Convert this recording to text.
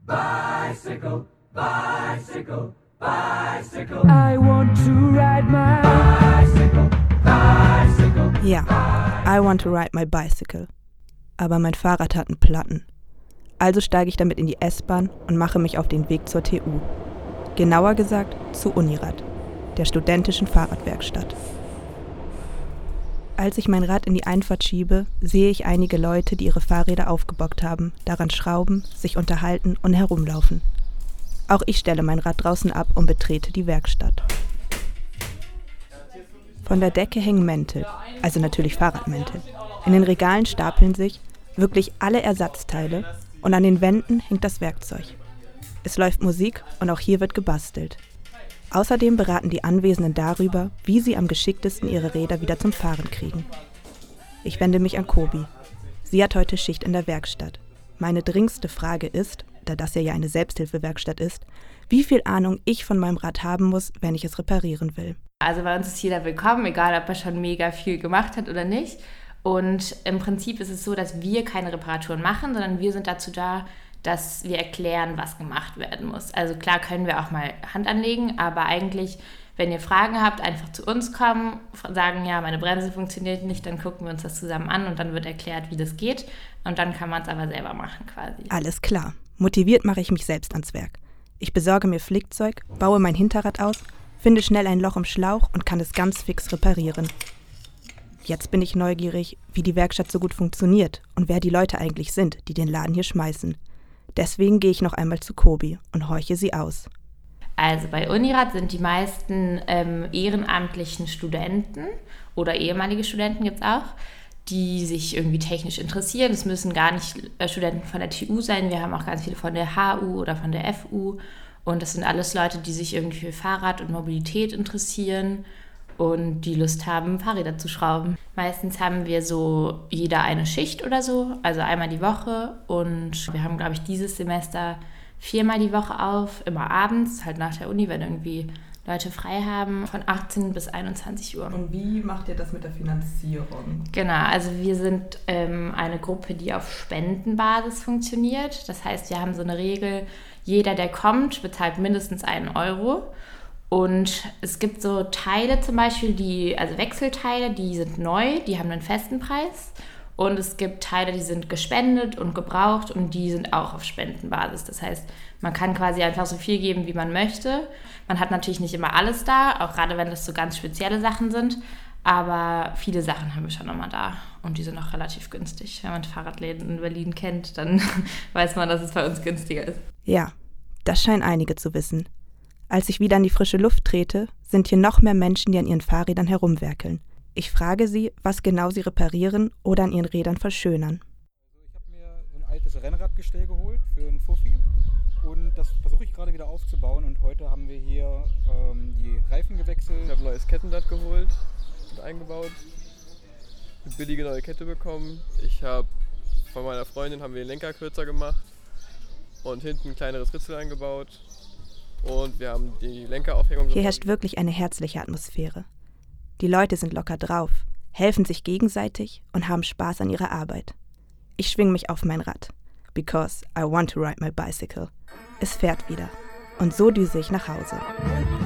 Bicycle, bicycle, bicycle. I want to ride my bicycle, bicycle. Ja, I want to ride my bicycle. Aber mein Fahrrad hat einen Platten. Also steige ich damit in die S-Bahn und mache mich auf den Weg zur TU. Genauer gesagt zu Unirad, der studentischen Fahrradwerkstatt. Als ich mein Rad in die Einfahrt schiebe, sehe ich einige Leute, die ihre Fahrräder aufgebockt haben, daran schrauben, sich unterhalten und herumlaufen. Auch ich stelle mein Rad draußen ab und betrete die Werkstatt. Von der Decke hängen Mäntel, also natürlich Fahrradmäntel. In den Regalen stapeln sich wirklich alle Ersatzteile und an den Wänden hängt das Werkzeug. Es läuft Musik und auch hier wird gebastelt. Außerdem beraten die Anwesenden darüber, wie sie am geschicktesten ihre Räder wieder zum Fahren kriegen. Ich wende mich an Kobi. Sie hat heute Schicht in der Werkstatt. Meine dringendste Frage ist, da das ja eine Selbsthilfewerkstatt ist, wie viel Ahnung ich von meinem Rad haben muss, wenn ich es reparieren will. Also bei uns ist jeder willkommen, egal ob er schon mega viel gemacht hat oder nicht. Und im Prinzip ist es so, dass wir keine Reparaturen machen, sondern wir sind dazu da, dass wir erklären, was gemacht werden muss. Also klar können wir auch mal Hand anlegen, aber eigentlich, wenn ihr Fragen habt, einfach zu uns kommen, sagen, ja, meine Bremse funktioniert nicht, dann gucken wir uns das zusammen an und dann wird erklärt, wie das geht. Und dann kann man es aber selber machen quasi. Alles klar. Motiviert mache ich mich selbst ans Werk. Ich besorge mir Flickzeug, baue mein Hinterrad aus, finde schnell ein Loch im Schlauch und kann es ganz fix reparieren. Jetzt bin ich neugierig, wie die Werkstatt so gut funktioniert und wer die Leute eigentlich sind, die den Laden hier schmeißen. Deswegen gehe ich noch einmal zu Kobi und horche sie aus. Also bei Unirad sind die meisten ehrenamtlichen Studenten oder ehemalige Studenten gibt es auch, die sich irgendwie technisch interessieren. Es müssen gar nicht Studenten von der TU sein, wir haben auch ganz viele von der HU oder von der FU. Und das sind alles Leute, die sich irgendwie für Fahrrad und Mobilität interessieren und die Lust haben, Fahrräder zu schrauben. Meistens haben wir so jeder eine Schicht oder so, also einmal die Woche. Und wir haben, glaube ich, dieses Semester 4-mal die Woche auf, immer abends, halt nach der Uni, wenn irgendwie Leute frei haben, von 18 bis 21 Uhr. Und wie macht ihr das mit der Finanzierung? Genau, also wir sind eine Gruppe, die auf Spendenbasis funktioniert. Das heißt, wir haben so eine Regel, jeder, der kommt, bezahlt mindestens 1 Euro. Und es gibt so Teile zum Beispiel, also Wechselteile, die sind neu, die haben einen festen Preis. Und es gibt Teile, die sind gespendet und gebraucht und die sind auch auf Spendenbasis. Das heißt, man kann quasi einfach so viel geben, wie man möchte. Man hat natürlich nicht immer alles da, auch gerade wenn das so ganz spezielle Sachen sind. Aber viele Sachen haben wir schon immer da und die sind auch relativ günstig. Wenn man Fahrradläden in Berlin kennt, dann weiß man, dass es bei uns günstiger ist. Ja, das scheinen einige zu wissen. Als ich wieder in die frische Luft trete, sind hier noch mehr Menschen, die an ihren Fahrrädern herumwerkeln. Ich frage sie, was genau sie reparieren oder an ihren Rädern verschönern. Ich habe mir so ein altes Rennradgestell geholt für einen Fuffi und das versuche ich gerade wieder aufzubauen. Und heute haben wir hier die Reifen gewechselt. Ich habe ein neues Kettenblatt geholt und eingebaut, eine billige neue Kette bekommen. Von meiner Freundin haben wir den Lenker kürzer gemacht und hinten ein kleineres Ritzel eingebaut. Und wir haben die Lenkeraufhängung. Hier herrscht wirklich eine herzliche Atmosphäre. Die Leute sind locker drauf, helfen sich gegenseitig und haben Spaß an ihrer Arbeit. Ich schwinge mich auf mein Rad, because I want to ride my bicycle. Es fährt wieder und so düse ich nach Hause.